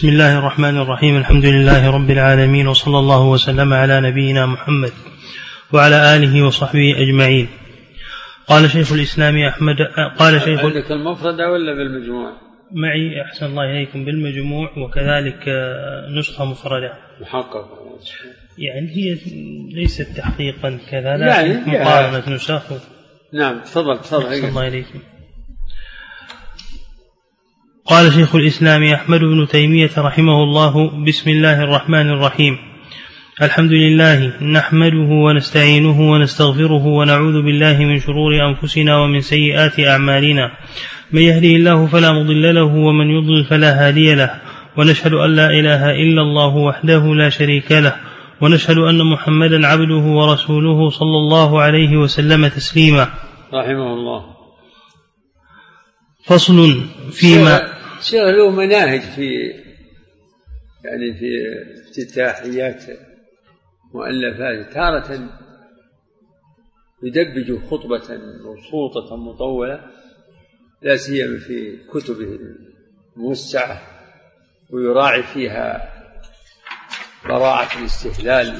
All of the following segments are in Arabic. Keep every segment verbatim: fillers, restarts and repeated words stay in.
بسم الله الرحمن الرحيم. الحمد لله رب العالمين، وصلى الله وسلم على نبينا محمد وعلى آله وصحبه أجمعين. قال شيخ الإسلام أحمد قال شيخ عندك المفردة ولا بالمجموع؟ معي أحسن الله إليكم بالمجموع، وكذلك نسخة مفردة محقق، يعني هي ليست تحقيقا كذا، لكن يعني مقارنة نسخ. نعم تفضل تفضل. أحسن الله إليكم. قال شيخ الإسلام أحمد بن تيمية رحمه الله: بسم الله الرحمن الرحيم. الحمد لله نحمده ونستعينه ونستغفره ونعوذ بالله من شرور أنفسنا ومن سيئات أعمالنا، من يهده الله فلا مضل له ومن يضلل فلا هادي له، ونشهد أن لا إله إلا الله وحده لا شريك له، ونشهد أن محمدا عبده ورسوله صلى الله عليه وسلم تسليما. رحمه الله. فصل فيما شيخ له مناهج في يعني في افتتاحيات مؤلفات، تارة يدبج خطبة مبسوطة مطولة لا سيما في كتبه الموسعة، ويراعي فيها براعة الاستهلال،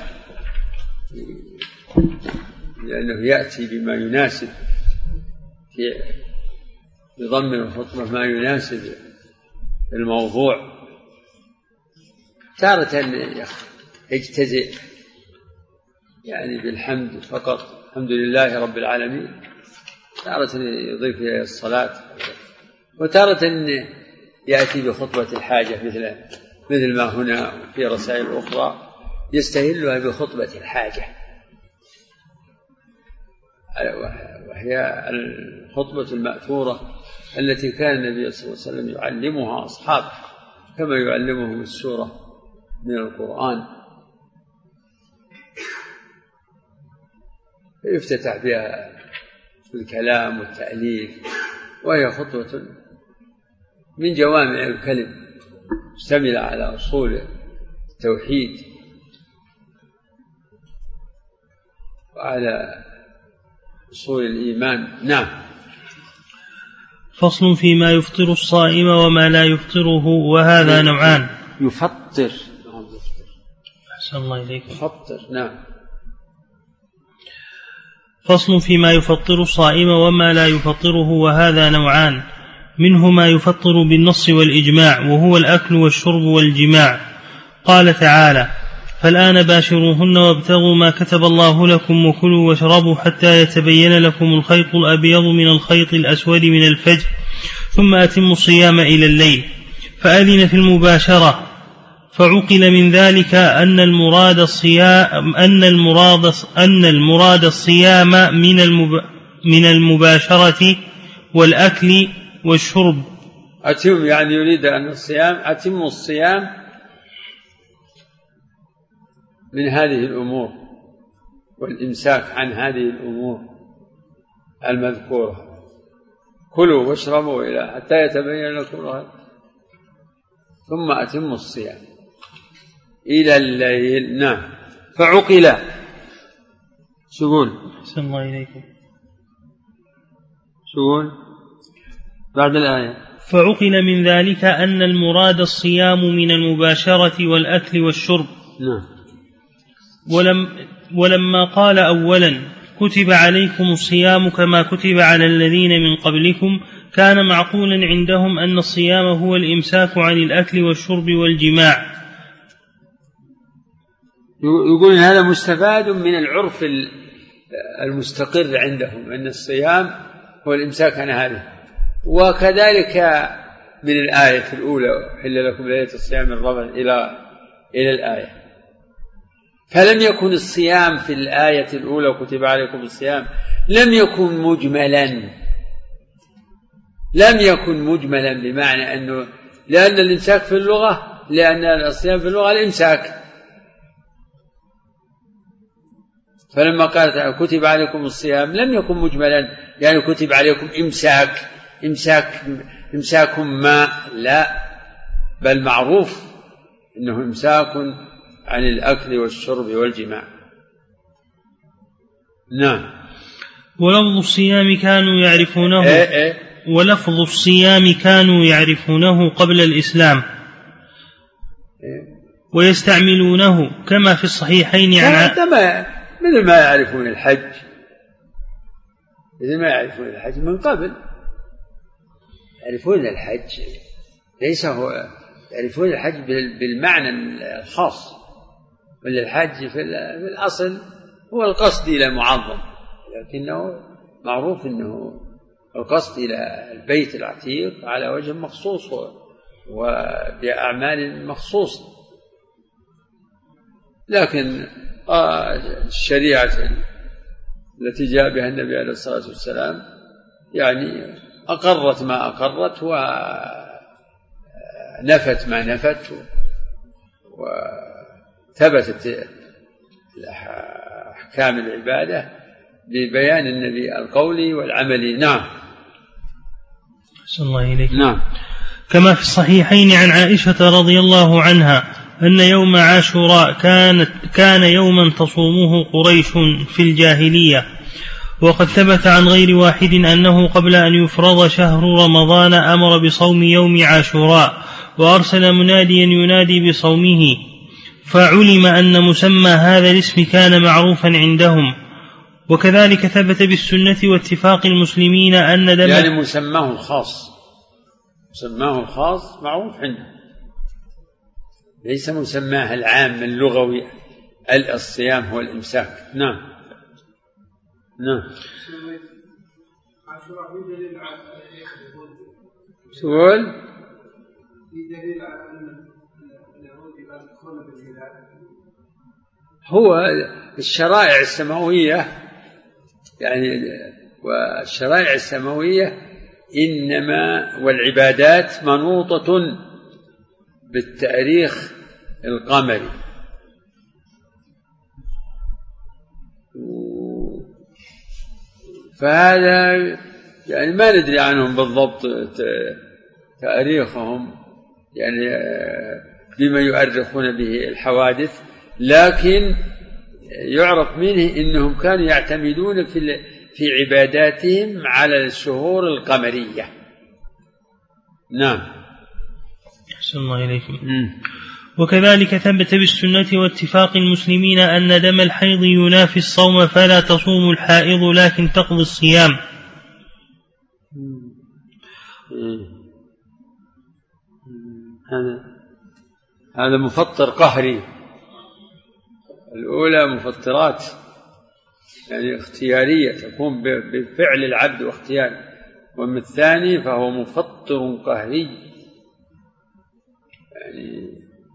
لأنه يأتي بما يناسب في يضمن الخطبة ما يناسب الموضوع. تارة يجتزئ يعني بالحمد فقط، الحمد لله رب العالمين، تارة يضيف إلى الصلاة، وتارة يأتي بخطبة الحاجة مثل مثل ما هنا في رسائل أخرى يستهلها بخطبة الحاجة، وهي الخطبة المأثورة التي كان النبي صلى الله عليه وسلم يعلمها أصحابه كما يعلمهم السورة من القرآن، يفتتح بها الكلام والتأليف، وهي خطبة من جوامع الكلم مشتملة على أصول التوحيد وعلى أصول الإيمان. نعم. فصل فيما يفطر الصائم وما لا يفطره، وهذا نوعان. يفطر. أحسن الله إليك. يفطر. نعم. فصل فيما يفطر الصائم وما لا يفطره، وهذا نوعان، منه ما يفطر بالنص والإجماع، وهو الأكل والشرب والجماع. قال تعالى: فالآن باشروهن وابتغوا ما كتب الله لكم وكلوا واشربوا حتى يتبين لكم الخيط الأبيض من الخيط الأسود من الفجر ثم أتموا الصيام إلى الليل. فأذن في المباشرة، فعقل من ذلك أن المراد الصيام أن المراد أن المراد الصيام من المب من المباشرة والأكل والشرب. أتم يعني يريد أن الصيام أتم الصيام من هذه الأمور، والإمساك عن هذه الأمور المذكورة، كلوا واشربوا إلى حتى يتبين لكم الخيط ثم أتموا الصيام إلى الليل. نعم. فعقل شغول. أحسن الله إليكم. شغول بعد الآية. فعقل من ذلك أن المراد الصيام من المباشرة والأكل والشرب. نعم. ولم ولما قال أولا: كتب عليكم الصيام كما كتب على الذين من قبلكم، كان معقولا عندهم أن الصيام هو الإمساك عن الأكل والشرب والجماع. يقول هذا مستفاد من العرف المستقر عندهم أن الصيام هو الإمساك عن هذا، وكذلك من الآية الأولى: حل لكم ليلة الصيام الرفث إلى إلى الآية. فلم يكن الصيام في الآية الأولى وكتب عليكم الصيام لم يكن مجملا، لم يكن مجملا بمعنى أنه لأن الإمساك في اللغة لأن الصيام في اللغة الإمساك، فلما قالت كتب عليكم الصيام لم يكن مجملا يعني كتب عليكم إمساك إمساك إمساك ما، لا، بل معروف أنه إمساك عن الأكل والشرب والجماع. نعم. ولفظ الصيام كانوا يعرفونه إيه إيه ولفظ الصيام كانوا يعرفونه قبل الإسلام، ويستعملونه كما في الصحيحين عن مثل ما يعرفون الحج مثل ما يعرفون الحج من قبل، يعرفون الحج ليس هو يعرفون الحج بالمعنى الخاص، بل الحج في الأصل هو القصد إلى معظم، لكنه معروف أنه القصد إلى البيت العتيق على وجه مخصوص وبأعمال مخصوصة. لكن الشريعة التي جاء بها النبي عليه الصلاة والسلام يعني أقرت ما أقرت ونفت ما نفت، وثبتت أحكام العبادة ببيان النبي القولي والعملي. نعم. صلى الله إليك. نعم. كما في الصحيحين عن عائشة رضي الله عنها أن يوم عاشوراء كانت كان يوما تصومه قريش في الجاهلية، وقد ثبت عن غير واحد أنه قبل أن يفرض شهر رمضان أمر بصوم يوم عاشوراء، وأرسل مناديا ينادي بصومه، فعلم أن مسمى هذا الاسم كان معروفا عندهم. وكذلك ثبت بالسنة واتفاق المسلمين أن دم يعني مسماه الخاص مسماه الخاص معروف عنده، ليس مسماه العام اللغوي الصيام هو الإمساك. نعم. نعم. سؤال هو الشرائع السماوية يعني، والشرائع السماوية إنما والعبادات منوطة بالتاريخ القمري، فهذا يعني ما ندري عنهم بالضبط تاريخهم يعني بما يؤرخون به الحوادث، لكن يعرف منه إنهم كانوا يعتمدون في في عباداتهم على الشهور القمرية. نعم. أحسن الله إليكم. وكذلك ثبت بالسنة واتفاق المسلمين أن دم الحيض ينافي الصوم، فلا تصوم الحائض لكن تقضي الصيام. هذا هذا مفطر قهري. الأولى مفطرات يعني اختيارية تكون بفعل العبد واختياره، ومن الثاني فهو مفطر قهري يعني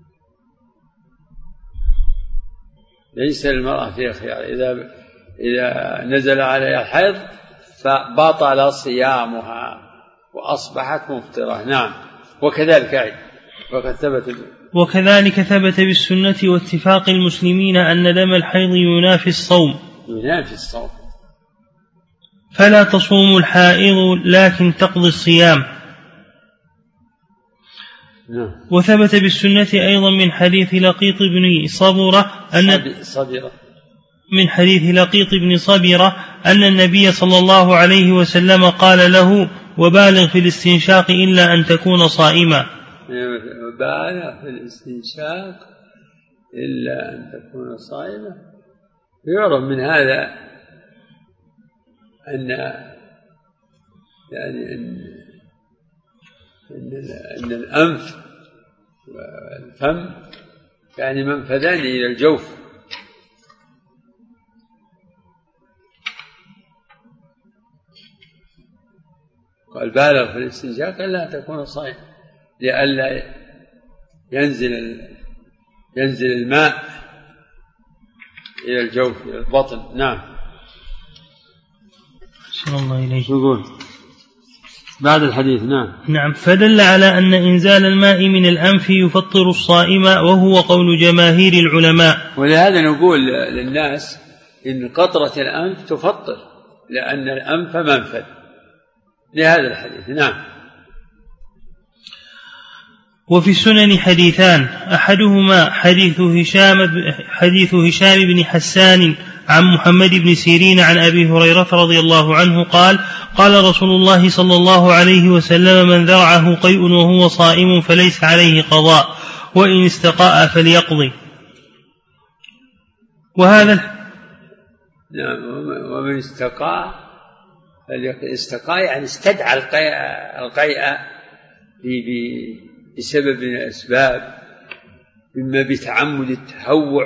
ليس المرأة في خيار، إذا إذا نزل عليها الحيض فبطل صيامها وأصبحت مفطرة. نعم. وكذلك عيد وقد ثبت وكذلك ثبت بالسنة واتفاق المسلمين أن دم الحيض ينافي الصوم ينافي الصوم فلا تصوم الحائض لكن تقضي الصيام. نعم. وثبت بالسنة أيضا من حديث لقيط بن صبرة أن صبرة من حديث لقيط بن صبرة أن النبي صلى الله عليه وسلم قال له: وبالغ في الاستنشاق إلا أن تكون صائما. وبالغ في الاستنشاق إلا أن تكون صائما. يعرف من هذا أن يعني أن أن الأنف والفم يعني منفذان إلى الجوف، قال بالغ في الاستنشاق إلا تكون صائما لئلا ينزل ينزل الماء إلى الجوف إلى البطن. نعم. صلى الله عليه وسلم. بعد الحديث. نعم. نعم. فدل على أن إنزال الماء من الأنف يفطر الصائم، وهو قول جماهير العلماء. ولهذا نقول للناس إن قطرة الأنف تفطر، لأن الأنف منفذ لهذا الحديث. نعم. وفي السنن حديثان، أحدهما حديث هشام حديث هشام بن حسان عن محمد بن سيرين عن أبي هريرة رضي الله عنه قال: قال رسول الله صلى الله عليه وسلم: من ذرعه قيء وهو صائم فليس عليه قضاء، وإن استقاء فليقضي. وهذا نعم. ومن استقاء استقاء يعني استدعى القيء بسبب من الأسباب، إما بتعمد التهوع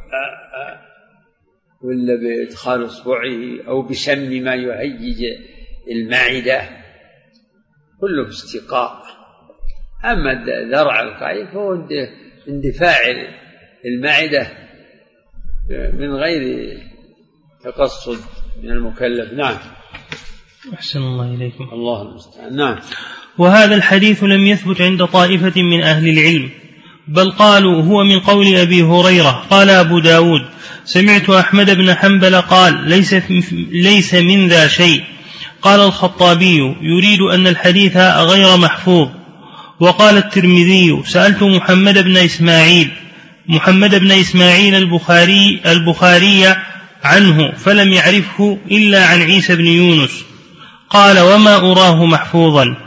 ولا بإدخال إصبعه أو بشم ما يهيج المعدة، كله استقاء. أما ذرع القيء فهو اندفاع المعدة من غير تقصد من المكلف. نعم. أحسن الله إليكم. الله المستعان. نعم. وهذا الحديث لم يثبت عند طائفة من أهل العلم، بل قالوا هو من قول أبي هريرة. قال أبو داود: سمعت أحمد بن حنبل قال: ليس, ليس من ذا شيء. قال الخطابي: يريد أن الحديث غير محفوظ. وقال الترمذي: سألت محمد بن إسماعيل محمد بن إسماعيل البخاري, البخاري عنه فلم يعرفه إلا عن عيسى بن يونس. قال: وما أراه محفوظا.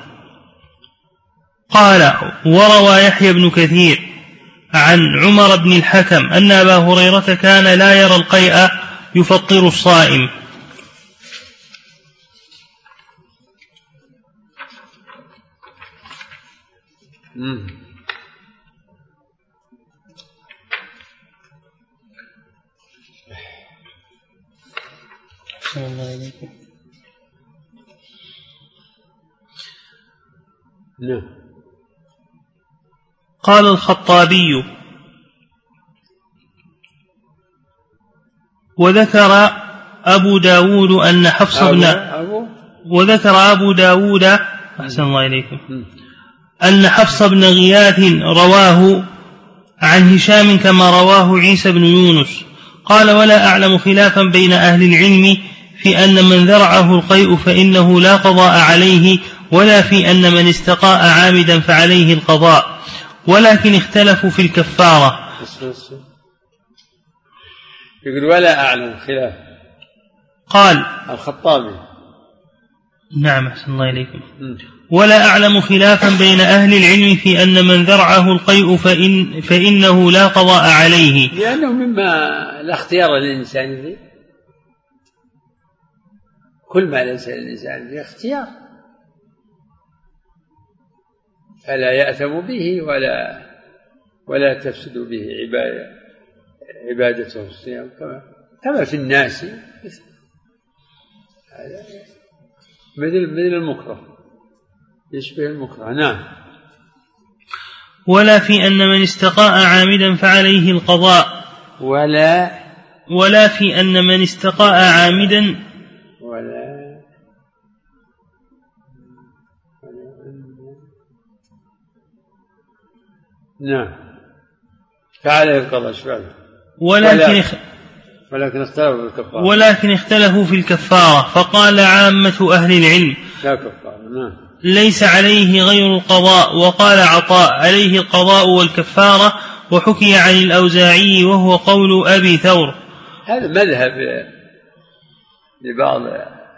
قال: وروى يحيى بن كثير عن عمر بن الحكم أن أبا هريرة كان لا يرى القيء يفطر الصائم. قال الخطابي: وذكر أبو داود أن حفص بن وذكر أبو داود أحسن الله إليكم أن حفص بن غياث رواه عن هشام كما رواه عيسى بن يونس. قال: ولا أعلم خلافا بين أهل العلم في أن من ذرعه القيء فإنه لا قضاء عليه، ولا في أن من استقاء عامدا فعليه القضاء، ولكن اختلفوا في الكفارة. يقول: ولا أعلم خلاف. قال الخطابي: نعم أحسن الله إليكم. ولا أعلم خلافا بين أهل العلم في أن من ذرعه القيء فإن فإنه لا قضاء عليه، لأنه مما لا اختيار للإنسان فيه. كل ما ليس للإنسان فيه اختيار فلا يأثم به ولا ولا تفسد به عبادة عبادته الصيام كما كما في الناس، مثل مثل المكره، يشبه المكره. نعم. ولا في أن من استقاء عامدا فعليه القضاء، ولا ولا في أن من استقاء عامدا ولا نعم فعليه القضاء شفعله. ولكن ولكن اختلفوا في الكفارة ولكن اختلفوا في الكفارة فقال عامة أهل العلم: لا كفارة. نعم. ليس عليه غير القضاء. وقال عطاء: عليه القضاء والكفارة. وحكي عن الأوزاعي وهو قول أبي ثور. هذا مذهب لبعض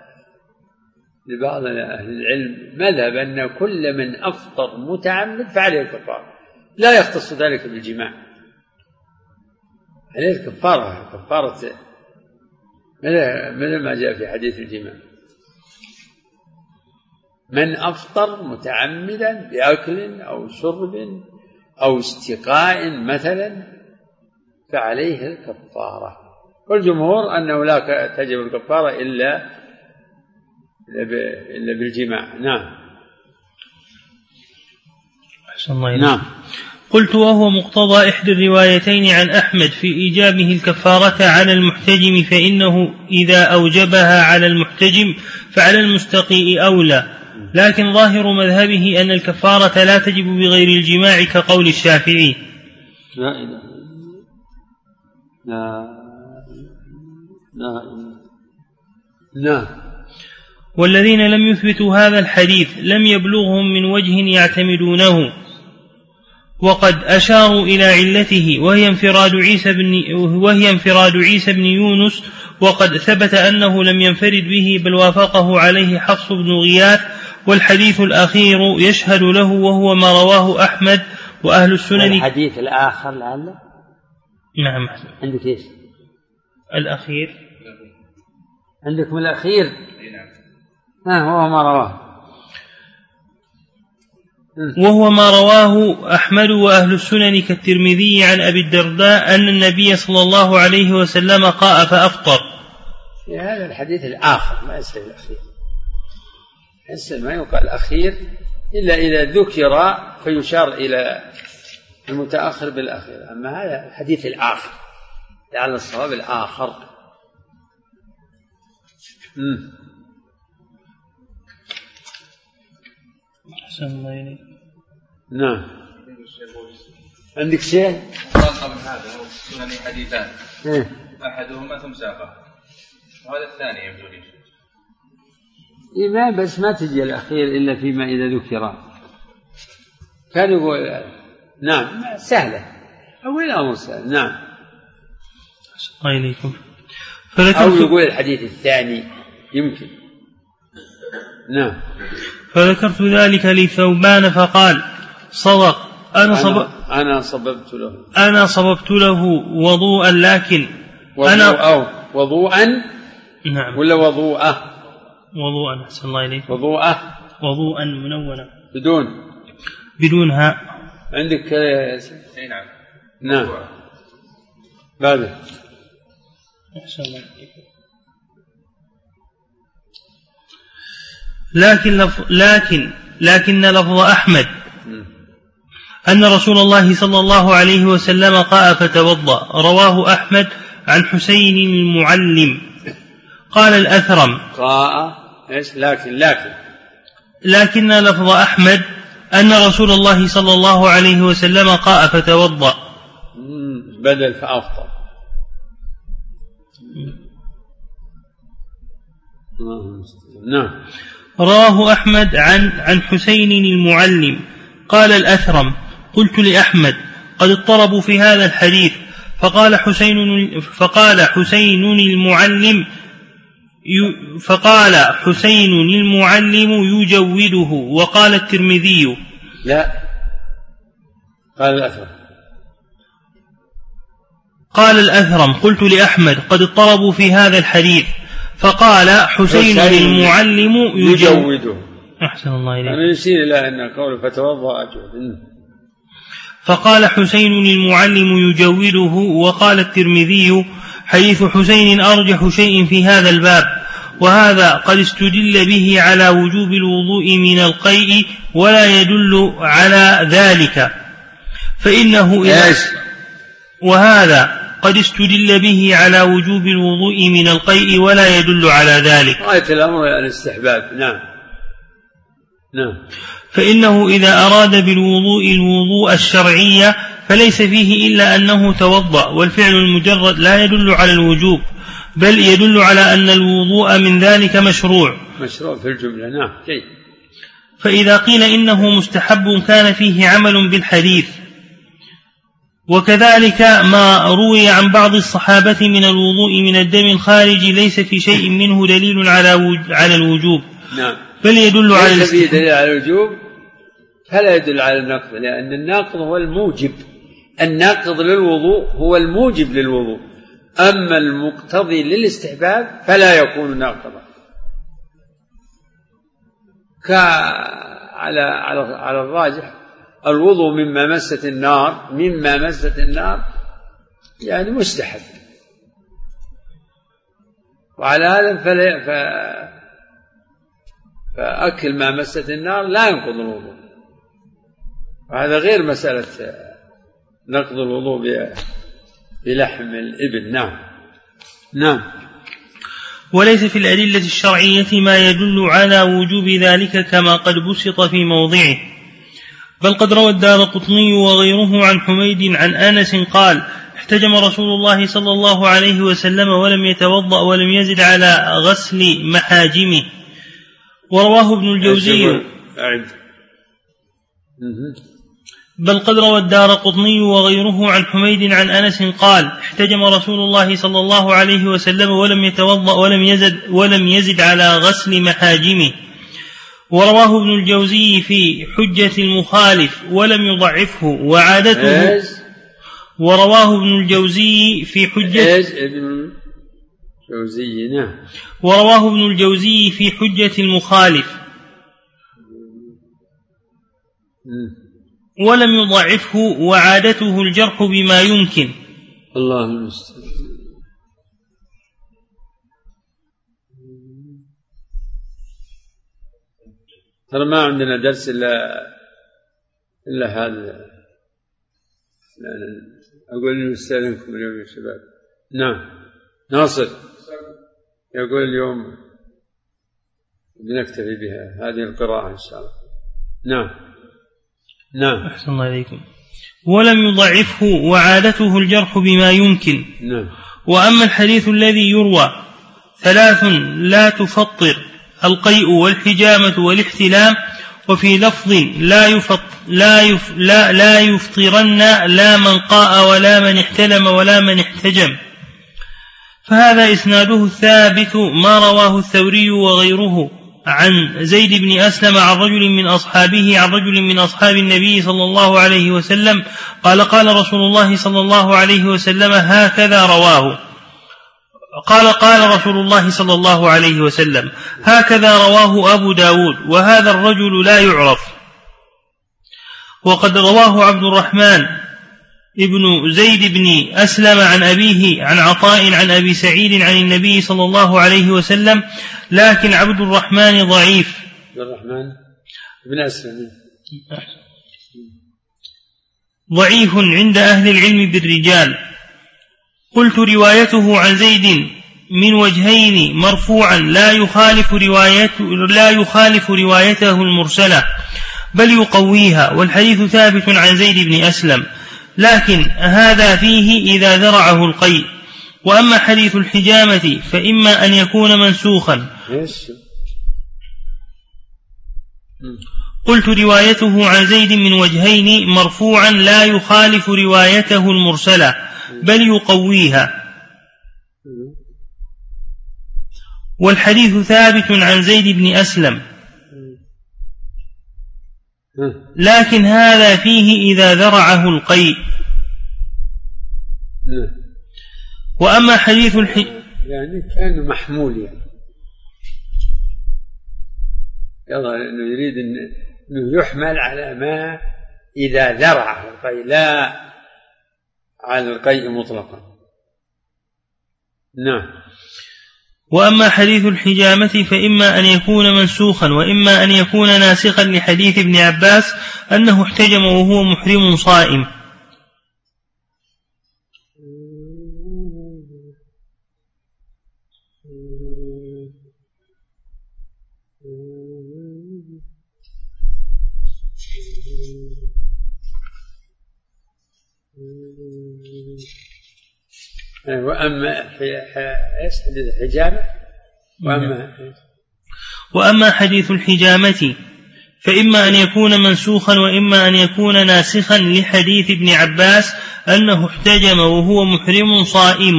لبعض أهل العلم، مذهب أن كل من أفطر متعمد فعليه الكفارة، لا يختص ذلك بالجماع، عليه الكفارة كفارة مثل ما جاء في حديث الجماع: من أفطر متعمدا بأكل أو شرب أو استقاء مثلا فعليه الكفارة. والجمهور أنه لا تجب الكفارة إلا إلا بالجماع. نعم. أحسن الله إليك. نعم. قلت: وهو مقتضى إحدى الروايتين عن أحمد في إيجابه الكفارة على المحتجم، فإنه إذا أوجبها على المحتجم فعلى المستقيء أولى، لكن ظاهر مذهبه أن الكفارة لا تجب بغير الجماع كقول الشافعي. لا إله لا لا لا. والذين لم يثبتوا هذا الحديث لم يبلغهم من وجه يعتمدونه، وقد أشاروا إلى علته وهي انفراد عيسى بن وهي انفراد عيسى بن يونس، وقد ثبت أنه لم ينفرد به بل وافقه عليه حفص بن غياث، والحديث الأخير يشهد له وهو ما رواه أحمد وأهل السنن. الحديث الآخر لعله. نعم. عندك إيش؟ الأخير. عندكم الأخير. ها هو ما رواه. وهو ما رواه أحمد وأهل السنن كالترمذي عن أبي الدرداء أن النبي صلى الله عليه وسلم قاء فأفطر. في هذا الحديث الآخر ما يصير الأخير، يصير ما يقال الأخير إلا إذا ذكر فيشار إلى المتأخر بالأخير. أما هذا الحديث الآخر لعل الصواب الآخر. مم. أحسن الله إليك. نعم. عندك شيء؟ فرق من هذا سنن حديثان. إيه؟ أحدهما ثم ساقه وهذا الثاني يبدو لي. إيه ما بس ما تجي الأخير إلا فيما إذا ذكر. كان يقول نعم سهلة أو الأمر سهل. نعم. الله إليكم. أو يقول الحديث الثاني يمكن. نعم. فذكرت ذلك لثوبان فقال صدق أنا, صب... أنا صببت له أنا صببت له وضوءا لكن وضوء أنا أو وضوءا. نعم. ولا وضوءه؟ وضوءا. أحسن الله إليك. وضوءه وضوءا منونا بدون بدونها. عندك. أي نعم. نعم. بعد. أحسن الله إليك. لكن لفظ لكن لكن لفظ أحمد أن رسول الله صلى الله عليه وسلم قاء فتوضأ رواه أحمد عن حسين المعلم. قال الأثرم قاء إيش لكن لكن لكن لفظ أحمد أن رسول الله صلى الله عليه وسلم قاء فتوضأ بدل فأفطر. نعم. رواه أحمد عن عن حسين المعلم. قال الأثرم قلت لأحمد قد اضطربوا في هذا الحديث فقال حسين فقال حسين المعلم فقال حسين المعلم يجوده. وقال الترمذي لا قال الأثرم قال الأثرم قلت لأحمد قد اضطربوا في هذا الحديث فقال حسين المعلم يجوده. أحسن الله إليك. أنا يشير إلى أن قوله فتوضأ أجود. فقال حسين المعلم يجوده. وقال الترمذي حديث حسين أرجح شيء في هذا الباب وهذا قد استدل به على وجوب الوضوء من القيء ولا يدل على ذلك فإنه إذا وهذا قد استدل به على وجوب الوضوء من القيء ولا يدل على ذلك. غاية الأمر الاستحباب. نعم. نعم. فإنه إذا أراد بالوضوء الوضوء الشرعي فليس فيه إلا أنه توضأ والفعل المجرد لا يدل على الوجوب بل يدل على أن الوضوء من ذلك مشروع مشروع في الجملة. نعم. جيد. فإذا قيل إنه مستحب كان فيه عمل بالحديث. وكذلك ما روي عن بعض الصحابة من الوضوء من الدم الخارج ليس في شيء منه دليل على على الوجوب. نعم. بل يدل على ليس فيه دليل على الوجوب فلا يدل على الناقض لأن الناقض هو الموجب. الناقض للوضوء هو الموجب للوضوء أما المقتضي للاستحباب فلا يكون ناقضا. على على على الراجح الوضوء مما مست النار مما مست النار يعني مستحب وعلى هذا فلا ف... فأكل ما مست النار لا ينقض الوضوء وهذا غير مسألة نقض الوضوء بلحم الإبل. نعم. نعم. وليس في الأدلة الشرعية ما يدل على وجوب ذلك كما قد بسط في موضعه بل قد روى الدارقطني وغيره عن حميد عن أنس قال احتجم رسول الله صلى الله عليه وسلم ولم يتوضأ ولم يزد على غسل محاجمه. ورواه ابن الجوزي بل قد روى الدارقطني وغيره عن حميد عن أنس قال احتجم رسول الله صلى الله عليه وسلم ولم يتوضأ ولم يزد, ولم يزد على غسل محاجمه. ورواه ابن الجوزي في حجة المخالف ولم يضعفه وعادته ورواه ابن الجوزي في حجة ابن الجوزي نعم ورواه ابن الجوزي في حجة المخالف ولم يضعفه وعادته الجرح بما يمكن. الله المستعان. ترى ما عندنا درس إلا إلا هذا. أقول نستأذنكم اليوم يا شباب. نعم ناصر يقول اليوم بنكتفي بها هذه القراءة إن شاء الله. نعم نعم أحسن الله إليكم. ولم يضعفه وعادته الجرح بما يمكن. نعم. وأما الحديث الذي يروى ثلاث لا تفطر القيء والحجامة والاحتلام وفي لفظ لا يفط لا يف لا لا يفطرن لا من قاء ولا من احتلم ولا من احتجم، فهذا إسناده الثابت ما رواه الثوري وغيره عن زيد بن أسلم عن رجل من أصحابه عن رجل من أصحاب النبي صلى الله عليه وسلم قال قال رسول الله صلى الله عليه وسلم هكذا رواه قال قال رسول الله صلى الله عليه وسلم هكذا رواه أبو داود وهذا الرجل لا يعرف. وقد رواه عبد الرحمن ابن زيد بن أسلم عن أبيه عن عطاء عن أبي سعيد عن النبي صلى الله عليه وسلم، لكن عبد الرحمن ضعيف. عبد الرحمن بن أسلم ضعيف عند أهل العلم بالرجال. قلت روايته عن زيد من وجهين مرفوعا لا يخالف روايته لا يخالف روايته المرسلة بل يقويها، والحديث ثابت عن زيد بن أسلم، لكن هذا فيه إذا ذرعه القيء. وأما حديث الحجامة فإما أن يكون منسوخا. قلت روايته عن زيد من وجهين مرفوعا لا يخالف روايته المرسلة بل يقويها، والحديث ثابت عن زيد بن أسلم، لكن هذا فيه إذا ذرعه القيء. وأما حديث الح... يعني كان محمول يعني يظهر أنه يريد أنه يحمل على ما إذا ذرعه القيء لا على القيء مطلقا. نعم. وأما حديث الحجامة فإما أن يكون منسوخا وإما أن يكون ناسخا لحديث ابن عباس أنه احتجم وهو محرم صائم. وأما حديث الحجامة وأما وأما حديث الحجامة فإما أن يكون منسوخا وإما أن يكون ناسخا لحديث ابن عباس أنه احتجم وهو محرم صائم.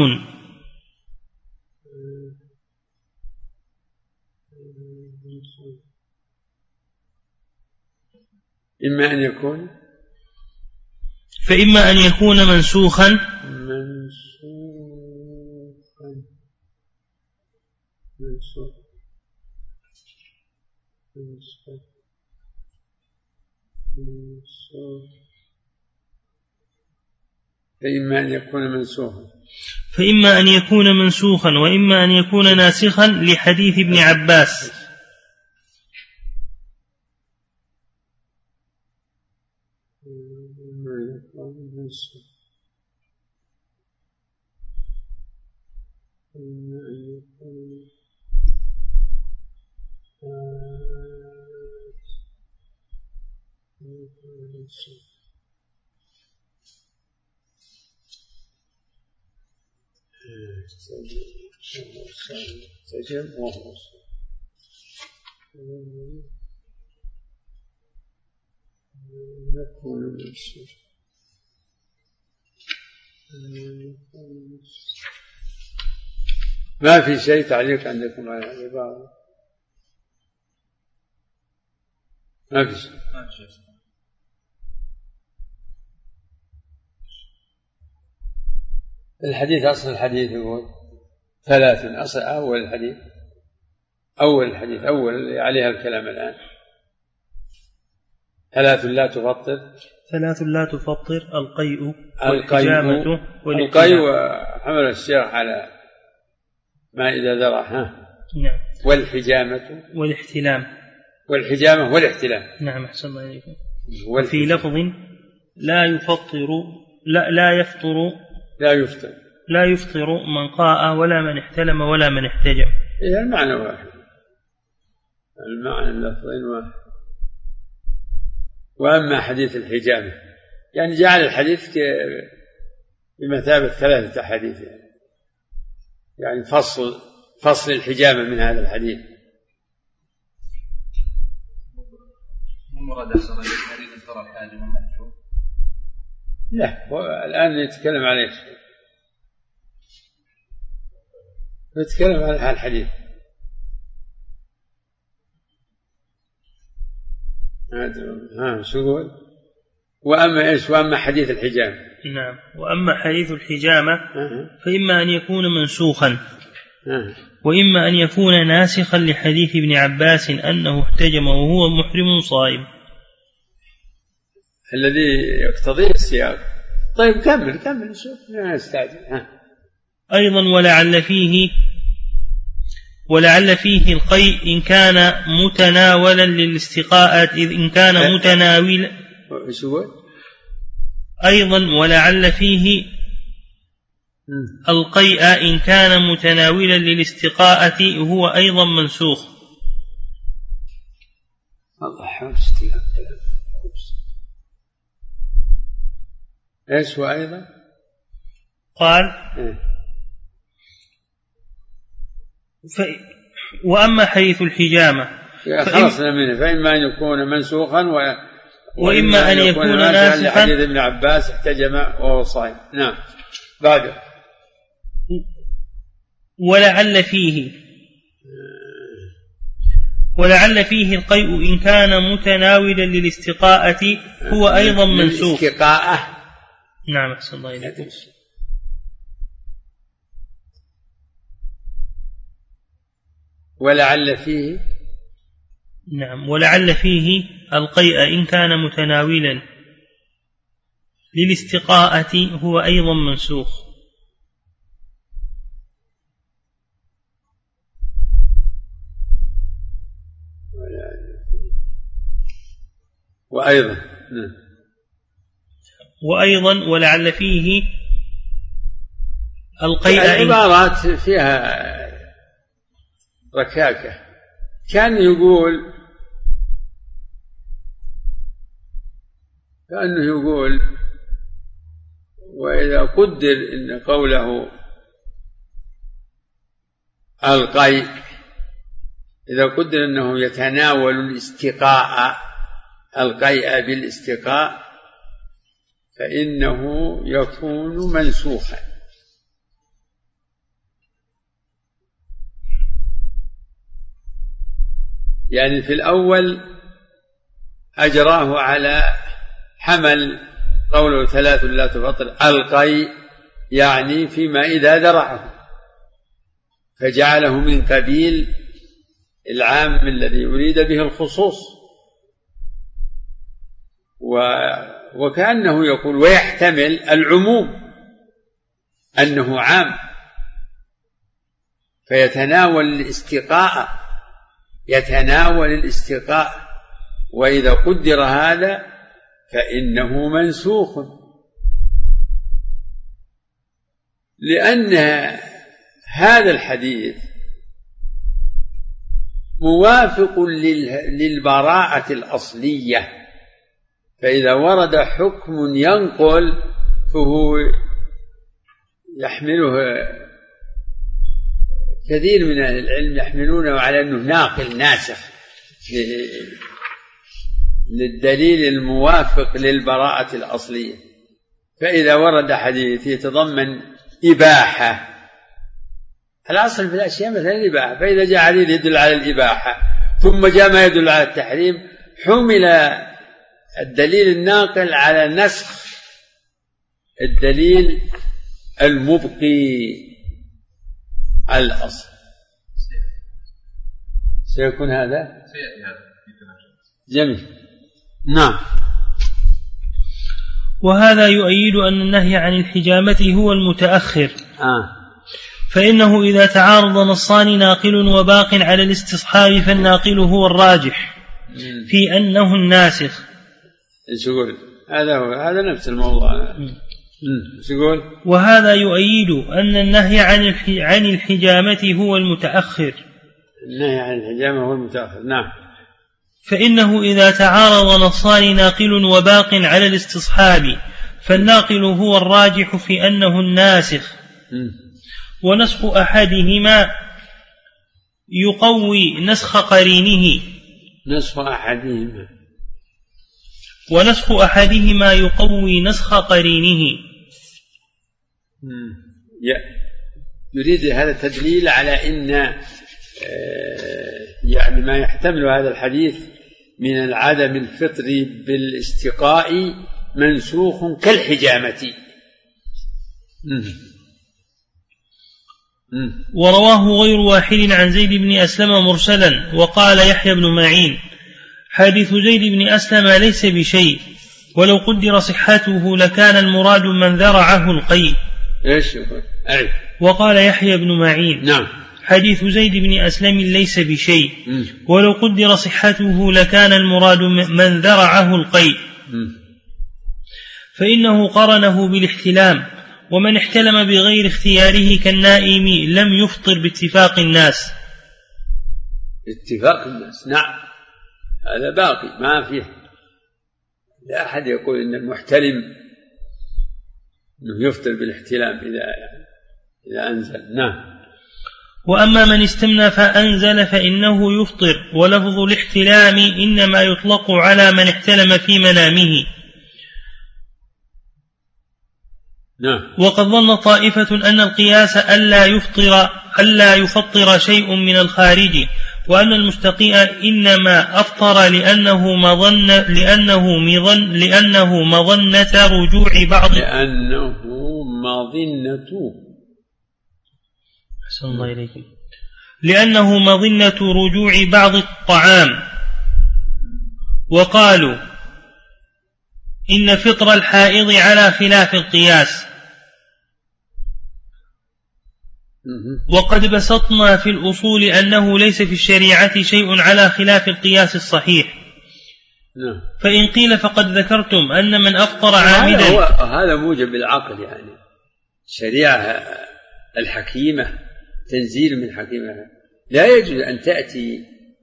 إما أن يكون فإما أن يكون منسوخا منسوخ منسوخ منسوخ فإما أن يكون منسوخا فإما أن يكون منسوخا وإما أن يكون ناسخا لحديث ابن عباس. ما في شيء تعليق عندكم على العبارة؟ ما في شيء. الحديث أصل الحديث يقول ثلاث، أصل أول الحديث أول الحديث أول اللي عليها الكلام الآن، ثلاث لا تفطر ثلاث لا تفطر: القيء والحجامة القيء وحمل الشيخ على ما إذا ذرع ها نعم، والحجامة والاحتلام والحجامة والاحتلام نعم أحسن الله إليكم. وفي لفظ لا يفطر لا لا يفطر لا يفطر لا يفطر من قاء ولا من احتلم ولا من احتجم. إيه المعنى واحد، المعنى اللفظين واحد. وأما حديث الحجامة يعني جعل الحديث بمثابة ثلاثة أحاديث، يعني فصل فصل الحجامة من هذا الحديث. مراد أحسن الحديث ترى الحاجم المحجوم. لا الآن نتكلم عليه، نتكلم عن الحديث. ها شو يقول؟ وأما إيش؟ وأما حديث الحجامة. نعم. وأما حديث الحجامة فإما أن يكون منسوخا وإما أن يكون ناسخا لحديث ابن عباس أنه احتجم وهو محرم صائم، الذي يقتضيه السياق. طيب كمل كمل شوف لا نستعجل. أيضا ولعل فيه ولعل فيه القيء إن كان متناولا للاستقاءة إن كان متناولا أيضا ولعل فيه القيء إن كان متناولا للاستقاءة هو أيضا منسوخ. الله حفظت ايش هو أيضا؟ قال ف... وأما حديث الحجامة خلصنا منه، فإما أن يكون منسوخا و... وإما أن يكون, يكون ناسخا حديث ابن عباس احتجم وهو صائم. نعم. بعد ولعل فيه ولعل فيه القيء إن كان متناولا للاستقاءة هو أيضا منسوخ. الاستقاءة نعم أحسن الله إليكم. ولعل فيه نعم ولعل فيه القيء إن كان متناولا للاستقاءة هو أيضا منسوخ. وأيضا وأيضا ولعل فيه القيء عبارات فيها ركاكة. كان يقول كأنه يقول وإذا قدر إن قوله القيء إذا قدر أنه يتناول الاستقاء القيء بالاستقاء فإنه يكون منسوخا. يعني في الأول أجراه على حمل قوله ثلاث لا تفطر القيء يعني فيما إذا ذرعه، فجعله من قبيل العام الذي يريد به الخصوص، وكأنه يقول ويحتمل العموم أنه عام فيتناول الاستقاء يتناول الاستقاء وإذا قدر هذا فإنه منسوخ، لأن هذا الحديث موافق للبراءة الأصلية، فإذا ورد حكم ينقل فهو يحمله كثير من أهل العلم يحملونه على أنه ناقل ناسخ للدليل الموافق للبراءة الأصلية. فإذا ورد حديث يتضمن إباحة، الأصل في الأشياء مثلا الإباحة، فإذا جاء حديث يدل على الإباحة ثم جاء ما يدل على التحريم حمل الدليل الناقل على نسخ الدليل المبقي على الأصل. سيكون هذا جميل. نعم. وهذا يؤيد أن النهي عن الحجامة هو المتأخر. آه. فإنه إذا تعارض نصان ناقل وباق على الاستصحاب فالناقل هو الراجح في أنه الناسخ. يقول هذا هو هذا نفس الموضوع. يقول وهذا يؤيد أن النهي عن عن الحجامة هو المتأخر. النهي عن الحجامة هو المتأخر. نعم. فإنه إذا تعارض نصان ناقل وباق على الاستصحاب فالناقل هو الراجح في أنه الناسخ. م. ونسخ أحدهما يقوي نسخ قرينه. نسخ أحدهما ونسخ أحدهما يقوي نسخ قرينه. يريد هذا تدليل على إن يعني ما يحتمل هذا الحديث من العدم الفطر بالاستقاء منسوخ كالحجامة. ورواه غير واحد عن زيد بن أسلم مرسلا. وقال يحيى بن معين حديث زيد بن أسلم ليس بشيء، ولو قدر صحته لكان المراد من ذرعه القيء. وقال يحيى بن معين نعم. حديث زيد بن أسلم ليس بشيء، ولو قدر صحته لكان المراد من ذرعه القيء. فإنه قرنه بالاحتلام، ومن احتلم بغير اختياره كالنائم لم يفطر باتفاق الناس. اتفاق الناس نعم، هذا باقي ما فيه. لا أحد يقول إن المحتلم إنه يفطر بالاحتلام إذا إذا أنزل. نعم. وأما من استمنى فأنزل فإنه يفطر، ولفظ الاحتلام إنما يطلق على من احتلم في منامه. نعم. وقد ظن طائفة أن القياس ألا يفطر ألا يفطر شيء من الخارج، وأن المستقيء إنما أفطر لأنه مظن لأنه مظن لأنه مظنة رجوع بعض لأنه مظنة أحسن الله إليكم لأنه مظنة رجوع بعض الطعام. وقالوا إن فطر الحائض على خلاف القياس. وقد بسطنا في الأصول أنه ليس في الشريعة شيء على خلاف القياس الصحيح. فإن قيل فقد ذكرتم أن من أفطر عامدا هذا, هذا موجب العقل، يعني الشريعة الحكيمة تنزيل من حكيمة لا يجوز أن تأتي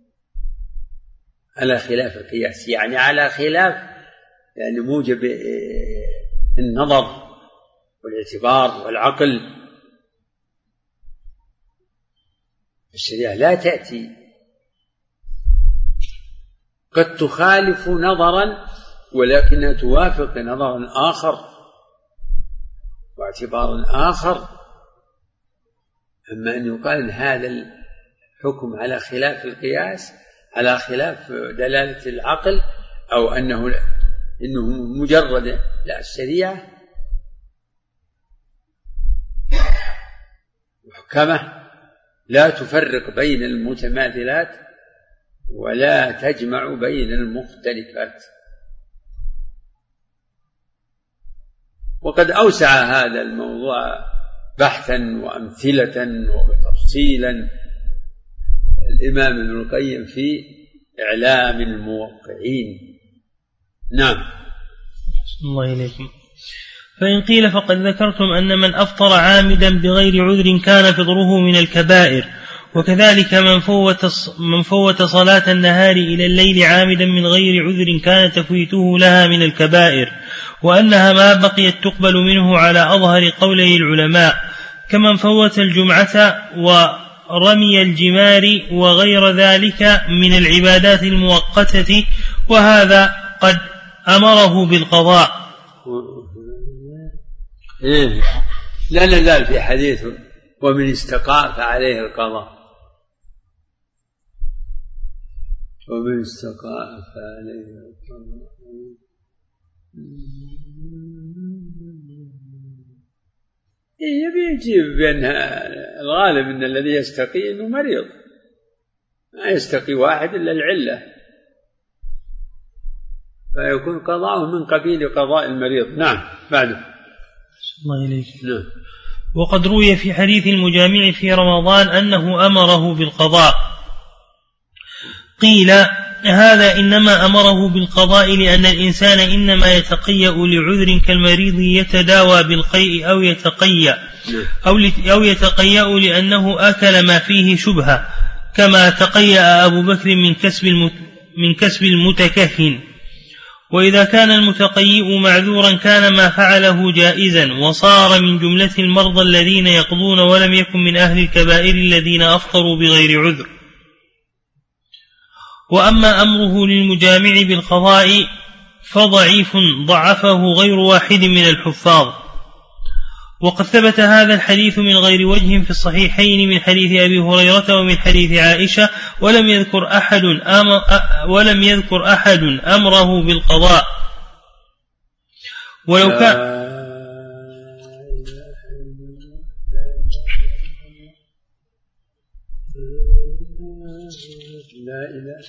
على خلاف القياس، يعني على خلاف يعني موجب النظر والاعتبار والعقل. الشريعة لا تأتي، قد تخالف نظرا ولكنها توافق نظرا آخر واعتبارا آخر. أما أن يقال هذا الحكم على خلاف القياس على خلاف دلالة العقل أو أنه إنه مجرد، لا، الشريعة محكمة لا تفرق بين المتماثلات ولا تجمع بين المختلفات. وقد أوسع هذا الموضوع بحثا وأمثلة وتفصيلا الإمام ابن القيم في إعلام الموقعين. نعم. الله إليكم. فإن قيل فقد ذكرتم أن من أفطر عامدا بغير عذر كان فطره من الكبائر، وكذلك من فوت من فوت صلاة النهار إلى الليل عامدا من غير عذر كان تفويته لها من الكبائر، وأنها ما بقيت تقبل منه على أظهر قولي العلماء، كمن فوت الجمعة ورمي الجمار وغير ذلك من العبادات المؤقتة، وهذا قد أمره بالقضاء. إيه؟ لا نزال في حديث ومن استقاء فعليه القضاء. ومن استقاء فعليه يبي يجيب بأن الغالب أن الذي يستقي أنه مريض، ما يستقي واحد إلا العلة، فيكون قضاءه من قبيل قضاء المريض. نعم. بعده الله إليك. نعم. وقد روي في حديث المجامع في رمضان أنه أمره بالقضاء، قيل هذا إنما أمره بالقضاء لأن الإنسان إنما يتقيأ لعذر كالمريض يتداوى بالقيء أو يتقيأ أو يتقيأ لأنه أكل ما فيه شبهة، كما تقيأ أبو بكر من كسب من كسب المتكهن. وإذا كان المتقيئ معذورا كان ما فعله جائزا، وصار من جملة المرضى الذين يقضون ولم يكن من أهل الكبائر الذين أفطروا بغير عذر. وأما أمره للمجامع بالقضاء فضعيف ضعفه غير واحد من الحفاظ. وقد ثبت هذا الحديث من غير وجه في الصحيحين من حديث أبي هريرة ومن حديث عائشة، ولم يذكر أحد أمر ولم يذكر أحد أمره بالقضاء. ولو كان لا إله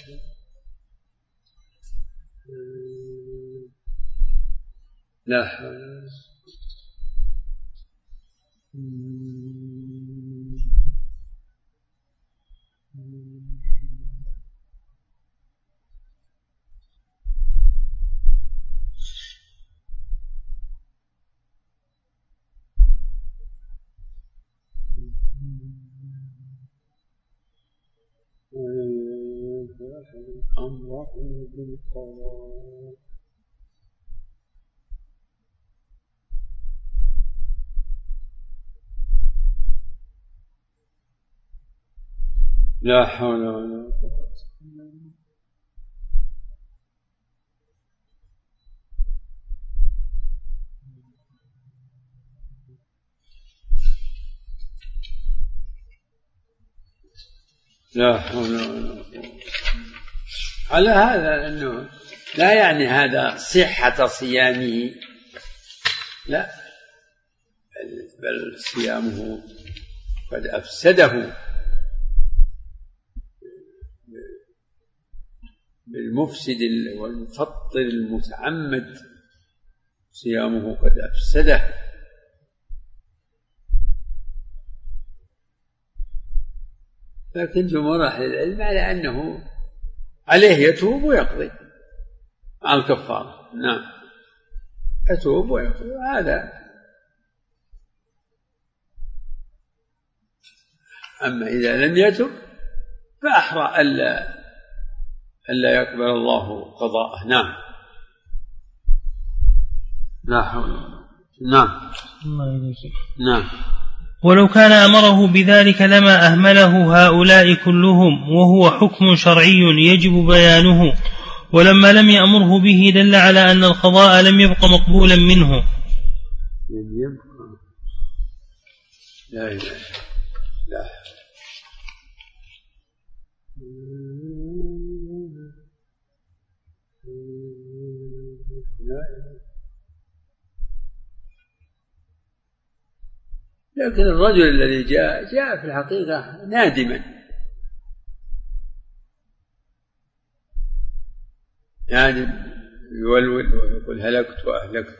لا حول أمره بالقضاء. لا حول ولا قوة. لا حول ولا قوة. على هذا أنه لا يعني هذا صحة صيامه، لا، بل صيامه قد أفسده بالمفسد والمفطر المتعمد، صيامه قد أفسده. لكن جمهور أهل العلم على أنه عليه يتوب ويقضي مع الكفارة. نعم، يتوب ويقضي. هذا أما إذا لم يتب فأحرى ألا ألا يقبل الله قضاءه. نعم. لا حول. نعم. نعم. ولو كان أمره بذلك لما أهمله هؤلاء كلهم، وهو حكم شرعي يجب بيانه، ولما لم يأمره به دل على أن القضاء لم يبق مقبولا منه. لم يبق. لا إله. لا. لكن الرجل الذي جاء جاء في الحقيقة نادما، نادم يولول ويقول هلكت وأهلكت،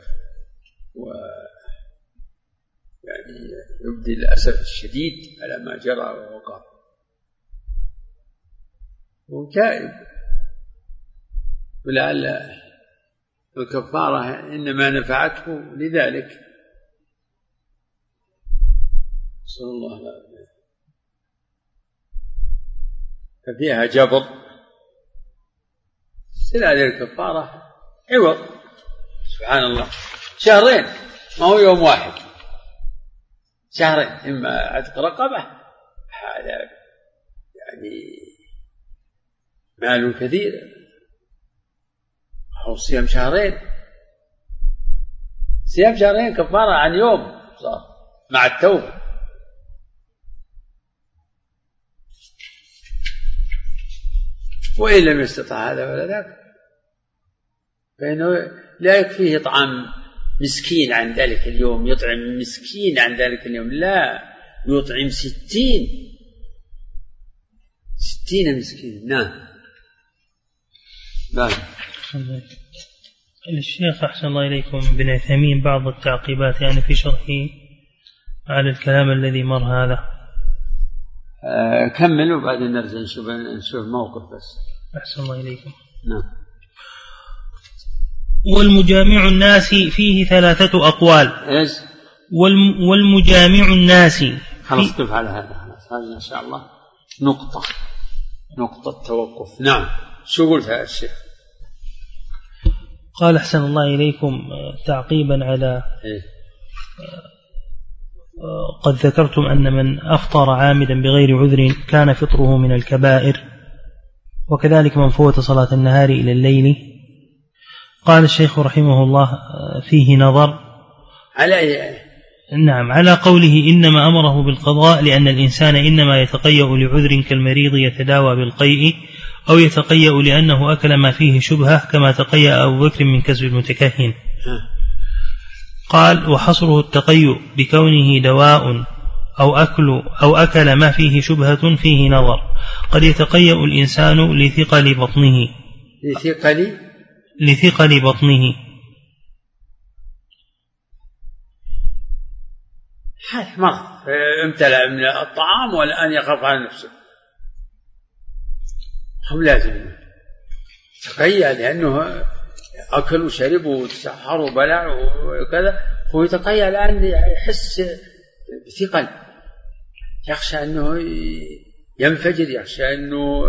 ويعني يبدي الأسف الشديد على ما جرى ووقع، وتائب، ولعل الكفارة إنما نفعته لذلك. صلى الله عليه وسلم. ففيها جبر، سل هذه الكفارة عوض. سبحان الله، شهرين ما هو يوم واحد، شهرين، إما عتق رقبة، هذا يعني مال كثير، أو صيام شهرين، صيام شهرين كفارة عن يوم صار مع التوبة. وإن لم يستطع هذا ولا ذاك فإنه لا يكفيه طعام مسكين عن ذلك اليوم، يطعم مسكين عن ذلك اليوم، لا يطعم ستين ستين مسكين. نعم. بعد الشيخ أحسن الله إليكم بن عثيمين بعض التعقيبات يعني في شرحه على الكلام الذي مر هذا. أه كمل وبعدين نرجع نشوف نشوف موقف بس. أحسن الله إليكم. نعم. والمجامع الناس فيه ثلاثة أقوال. إيش؟ والم والمجامع الناس. خلاص قف على هذا خلاص، هذا إن شاء الله نقطة نقطة توقف. نعم. شو قلت يا الشيخ؟ قال أحسن الله إليكم تعقيبا على إيه؟ قد ذكرتم أن من أفطر عامدا بغير عذر كان فطره من الكبائر، وكذلك من فوت صلاة النهار إلى الليل. قال الشيخ رحمه الله فيه نظر على إيه؟ نعم على قوله إنما أمره بالقضاء لأن الإنسان إنما يتقيأ لعذر كالمريض يتداوى بالقيء، أو يتقيأ لأنه أكل ما فيه شبهة كما تقيأ أبو بكر من كسب المتكهن. قال وحصره التقيؤ بكونه دواء أو أكل أو أكل ما فيه شبهة فيه نظر. قد يتقيأ الإنسان لثقل بطنه لثقل لثقل بطنه هذا مرض امتلأ من الطعام والآن يخاف على نفسه، هم لازم تقيأ لأنه أكل وشرب وتسحر وبلع وكذا، هو يتقيأ الآن يحس بثقل، يخشى أنه ينفجر، يخشى أنه.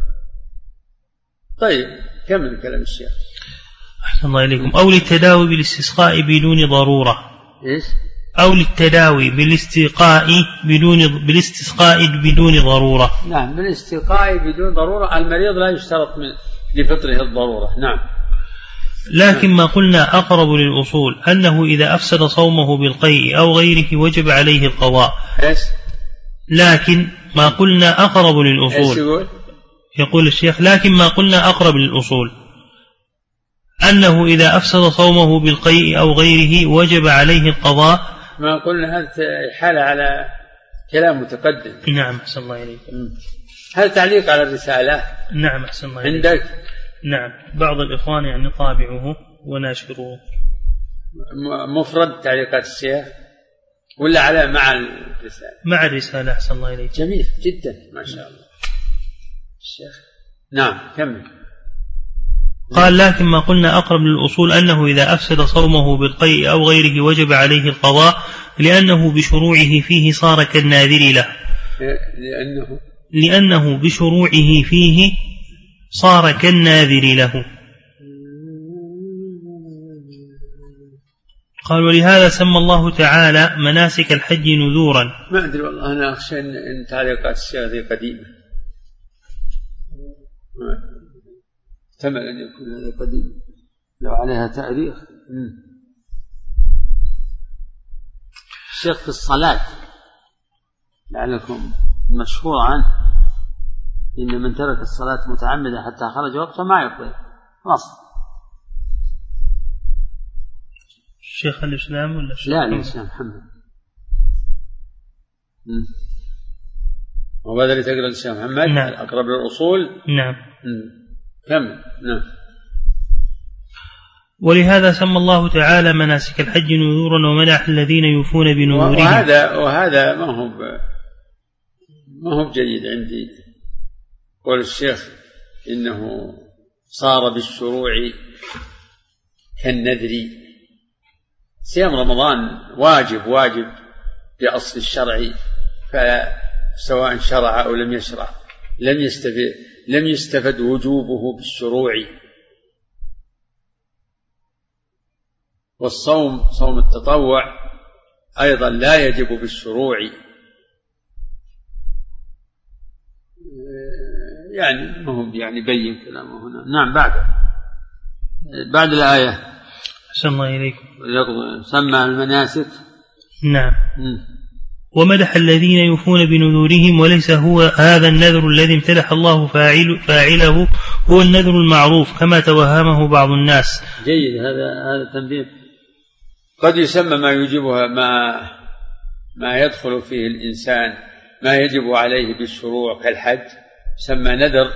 طيب كمل كلام الشيخ. أحسن الله إليكم. أو للتداوي بالاستسقاء بدون ضرورة. إيش؟ أو للتداوي بالاستسقاء بدون بالاستسقاء بدون ضرورة. نعم بالاستسقاء بدون ضرورة. المريض لا يشترط من لفطره الضرورة. نعم. لكن ما قلنا أقرب للأصول أنه إذا أفسد صومه بالقيء أو غيره وجب عليه القضاء. إيش؟ لكن ما قلنا أقرب للأصول. إيش يقول؟ يقول الشيخ لكن ما قلنا أقرب للأصول أنه إذا أفسد صومه بالقيء أو غيره وجب عليه القضاء. ما قلنا هذا حالة على كلام متقدم. نعم أحسن الله إليكم. هذا تعليق على الرسالة. نعم أحسن الله إليكم. عندك؟ نعم بعض الإخوان يعني طابعه وناشره. مفرد تعليقات الشيخ ولا على مع الرسالة؟ مع الرسالة. أحسن الله إليكم. جميل جدا ما شاء الله الشيخ. نعم كمل. قال لكن ما قلنا أقرب للأصول أنه إذا أفسد صومه بالقيء أو غيره وجب عليه القضاء لأنه بشروعه فيه صار كالناذر له. لأنه لأنه بشروعه فيه صار كالناذر له. قال ولهذا سمى الله تعالى مناسك الحج نذورا. ما أدري والله أنا أخشى أن تعليقات الشيخ هذه قديمة، احتمل أن يكون هذا قديم لو عليها تاريخ. الشيخ في الصلاة لعلكم مشهور عنه إن من ترك الصلاة متعمدا حتى خرج وقته ما يقضي نص. الشيخ الإسلام ولا الشيخ؟ لا الإسلام محمد. وبعد اللي تقرأ الشيخ محمد. نعم. أقرب للأصول. نعم. كم. نعم. ولهذا سمى الله تعالى مناسك الحج نذورا ومنح الذين يوفون بنذورهم. وهذا وهذا ما هو ما هو جيد عندي. قول الشيخ إنه صار بالشروع كالنذر. صيام رمضان واجب واجب بأصل الشرع، فسواء شرع أو لم يشرع لم يستفد لم يستفد وجوبه بالشروع. والصوم صوم التطوع أيضا لا يجب بالشروع، يعني ما هم يعني بين كلامه هنا. نعم. بعد بعد الآية أحسن الله إليكم. سمى المناسك. نعم. م. ومدح الذين يوفون بنذورهم، وليس هو هذا النذر الذي امتدح الله فاعل فاعله هو النذر المعروف كما توهمه بعض الناس. جيد، هذا هذا تنبيه. قد يسمى ما يجبها ما ما يدخل فيه الإنسان ما يجب عليه بالشروع كالحج يسمى نذر،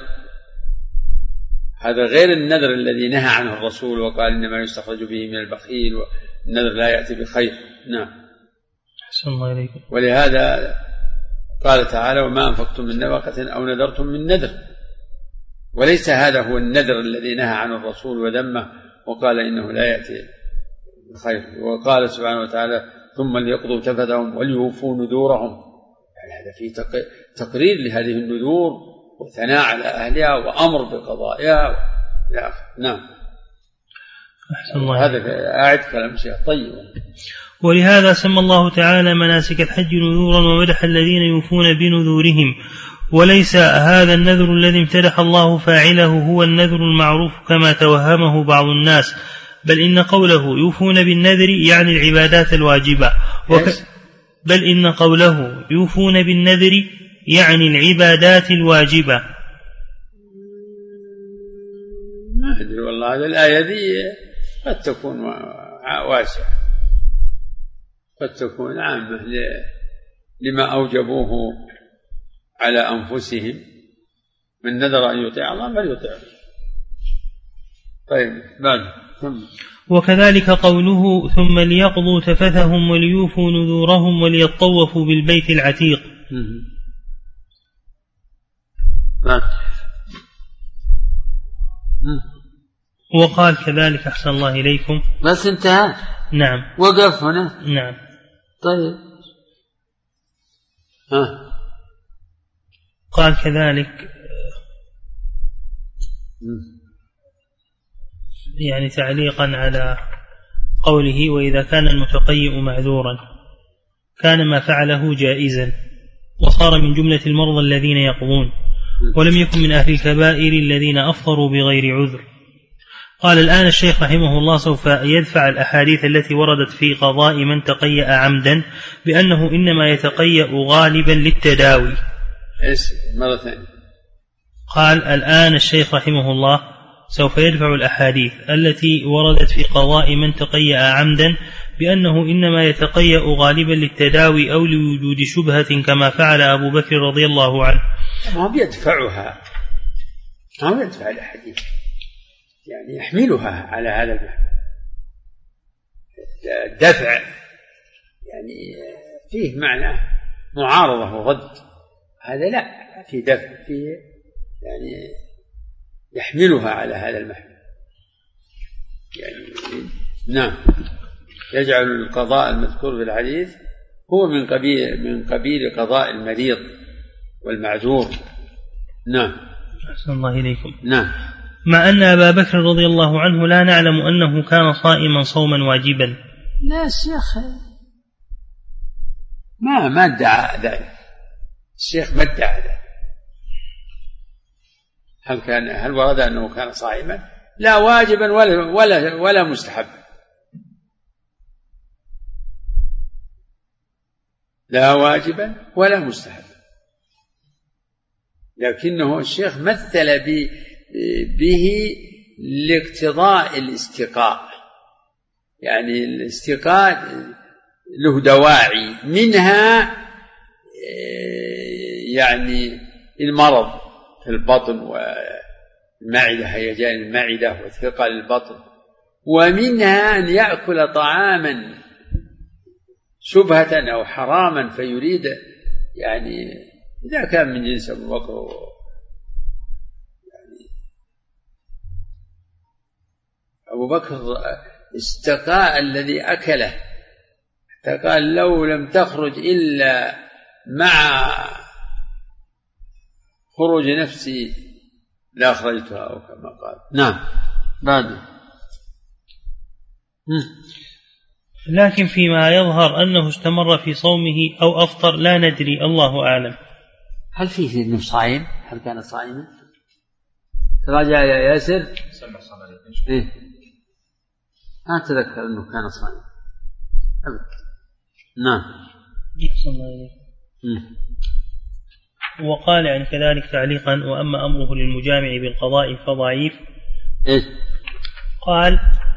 هذا غير النذر الذي نهى عنه الرسول وقال إنما يستخرج به من البخيل والنذر لا يأتي بخير. نعم. أحسن الله إليكم. ولهذا قال تعالى وما أنفقتم من نفقة أو نذرتم من نذر، وليس هذا هو النذر الذي نهى عنه الرسول وذمه وقال إنه لا يأتي بخير. وقال سبحانه وتعالى ثم ليقضوا تفثهم وليوفوا نذورهم، يعني هذا فيه تقرير لهذه النذور وثناء على أهلها وأمر بقضائها. نعم. أحسن الله. هذا أعد كلام شيء طيب. ولهذا سمى الله تعالى مناسك الحج نذورا ومدح الذين يوفون بنذورهم، وليس هذا النذر الذي امتدح الله فاعله هو النذر المعروف كما توهمه بعض الناس، بل إن قوله يوفون بالنذر يعني العبادات الواجبة وك... بل إن قوله يوفون بالنذر يعني العبادات الواجبة. ما أدري والله، هذه الآية دي قد تكون واسعة، قد تكون عامة لما أوجبوه على أنفسهم من نذر أن يطيع الله فليطيع. طيب بعد. وكذلك قوله ثم ليقضوا تفثهم وليوفوا نذورهم وليطوفوا بالبيت العتيق. وقال كذلك أحسن الله إليكم. بس انتهى. نعم. وقف هنا. نعم. طيب. ها. قال كذلك يعني تعليقا على قوله وإذا كان المتقيئ معذورا كان ما فعله جائزا وصار من جملة المرضى الذين يقضون، ولم يكن من أهل الكبائر الذين أفطروا بغير عذر. قال الآن الشيخ رحمه الله سوف يدفع الأحاديث التي وردت في قضاء من تقيأ عمدا بأنه إنما يتقيأ غالبا للتداوي. مرة ثانية. قال الآن الشيخ رحمه الله سوف يدفع الأحاديث التي وردت في قضاء من تقيأ عمدا بأنه إنما يتقيأ غالبا للتداوي أو لوجود شبهة كما فعل أبو بكر رضي الله عنه. ما بيدفعها، ما بيدفع الأحاديث، يعني يحملها على هذا المعنى. الدفع يعني فيه معنى معارضة وضد، هذا لا، في دفع فيه يعني يحملها على هذا المعنى. يعني نعم، يجعل القضاء المذكور في الحديث هو من قبيل من قبيل قضاء المريض والمعذور. نعم. أحسن الله إليكم. نعم. مع أن أبا بكر رضي الله عنه لا نعلم أنه كان صائما صوما واجبا. لا الشيخ ما ما ادعى ذلك، الشيخ ما ادعى ذلك. هل كان هل ورد أنه كان صائما؟ لا واجبا ولا ولا ولا مستحب، لا واجبا ولا مستحب، لكنه الشيخ مثل به لاقتضاء الاستقاء، يعني الاستقاء له دواعي، منها يعني المرض في البطن والمعدة، هيجان المعدة وثقل البطن، ومنها أن يأكل طعاما شبهة أو حراما فيريد، يعني إذا كان من جنس أبو بكر يعني أبو بكر استقاء الذي أكله، حتى قال لو لم تخرج إلا مع خروج نفسي لا أخرجتها أو كما قال. نعم. بعد. لكن فيما يظهر أنه استمر في صومه أو أفطر لا ندري، الله أعلم. هل فيه أنه صائم؟ هل كان صائما؟ تراجع يا ياسر. إيه؟ ما أتذكر أنه كان صائما. نعم. وقال يعني كذلك تعليقا: وأما أمره للمجامع بالقضاء فضعيف. قال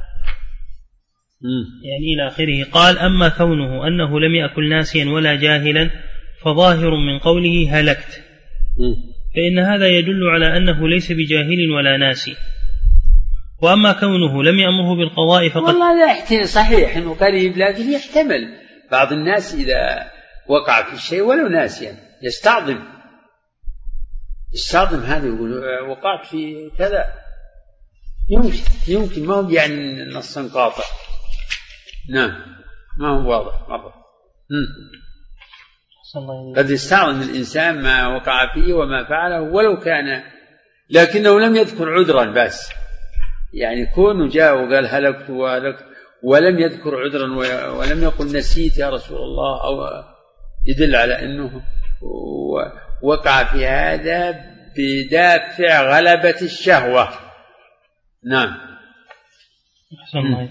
يعني إلى آخره. قال: أما كونه أنه لم يأكل ناسيا ولا جاهلا فظاهر من قوله هلكت، فإن هذا يدل على أنه ليس بجاهل ولا ناسي. وأما كونه لم يأمره بالقضاء فقد والله لا صحيح أنه قريب، لكن يحتمل بعض الناس إذا وقع في الشيء ولو ناسيا يستعظم يستعظم هذا، يقول وقعت في كذا، يمكن يمكن ما هو يعني نصا قاطع. نعم، ما هو واضح مرة. قد يستعظم الإنسان ما وقع فيه وما فعله ولو كان، لكنه لم يذكر عذرا بس، يعني كونه جاء وقال هلكت وهلكت ولم يذكر عذرا ولم يقل نسيت يا رسول الله، أو يدل على أنه وقع في هذا بدافع غلبة الشهوة. نعم. أحسن الله.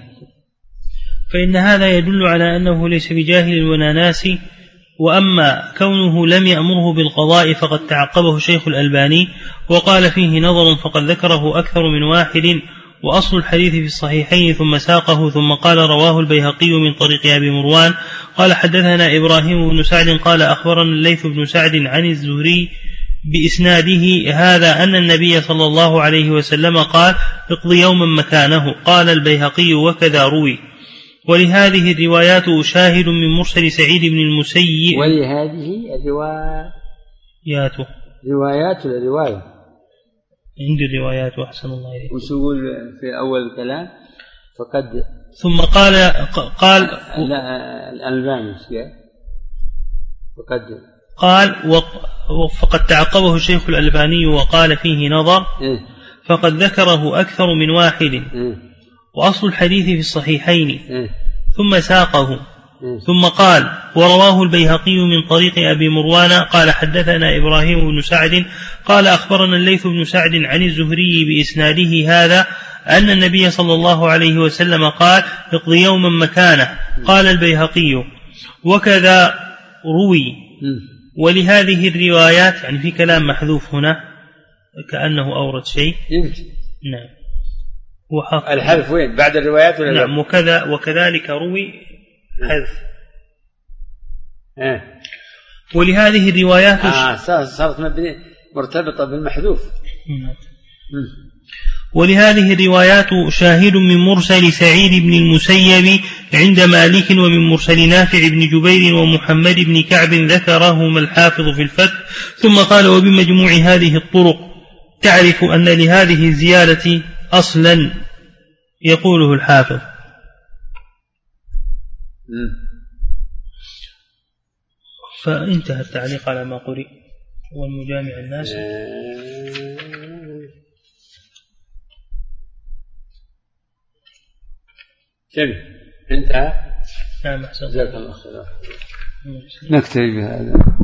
فإن هذا يدل على أنه ليس بجاهل ولا ناسي. وأما كونه لم يأمره بالقضاء فقد تعقبه شيخ الألباني وقال فيه نظر، فقد ذكره أكثر من واحد، وأصل الحديث في الصحيحين، ثم ساقه ثم قال: رواه البيهقي من طريق أبي مروان قال: حدثنا إبراهيم بن سعد قال: أخبرنا الليث بن سعد عن الزهري بإسناده هذا أن النبي صلى الله عليه وسلم قال: اقض يوما مكانه. قال البيهقي: وكذا روي. ولهذه الروايات شاهد من مرسل سعيد بن المسيب. ولهذه الروايات روايات الرواية عندي الروايات. وأحسن الله إليك. وش يقول في أول الكلام؟ فقد ثم قال قال لا الألباني فقد قال فقد تعقبه الشيخ الألباني وقال فيه نظر، فقد ذكره أكثر من واحد، وأصل الحديث في الصحيحين. ثم ساقه ثم قال: ورواه البيهقي من طريق أبي مروان قال: حدثنا إبراهيم بن سعد قال: أخبرنا الليث بن سعد عن الزهري بإسناده هذا أن النبي صلى الله عليه وسلم قال: اقض يوما مكانه. قال البيهقي: وكذا روي. ولهذه الروايات، يعني في كلام محذوف هنا كأنه أورد شيء. نعم. الحذف وين؟ بعد الروايات ولا؟ نعم. وكذا وكذلك روي حذف. آه. ولهذه الروايات آه صارت مرتبطة بالمحذوف. ولهذه الروايات شاهد من مرسل سعيد بن المسيب عند مالك، ومن مرسل نافع بن جبير ومحمد بن كعب ذكرهما الحافظ في الفتح. ثم قال: وبمجموع هذه الطرق تعرف أن لهذه الزيادة أصلا يقوله الحافظ. فانتهى التعليق على ما قرئ. والمجامع الناس جميل. انتهى. نعم. أحسن. جزاك الله خيرا. نكتفي بهذا.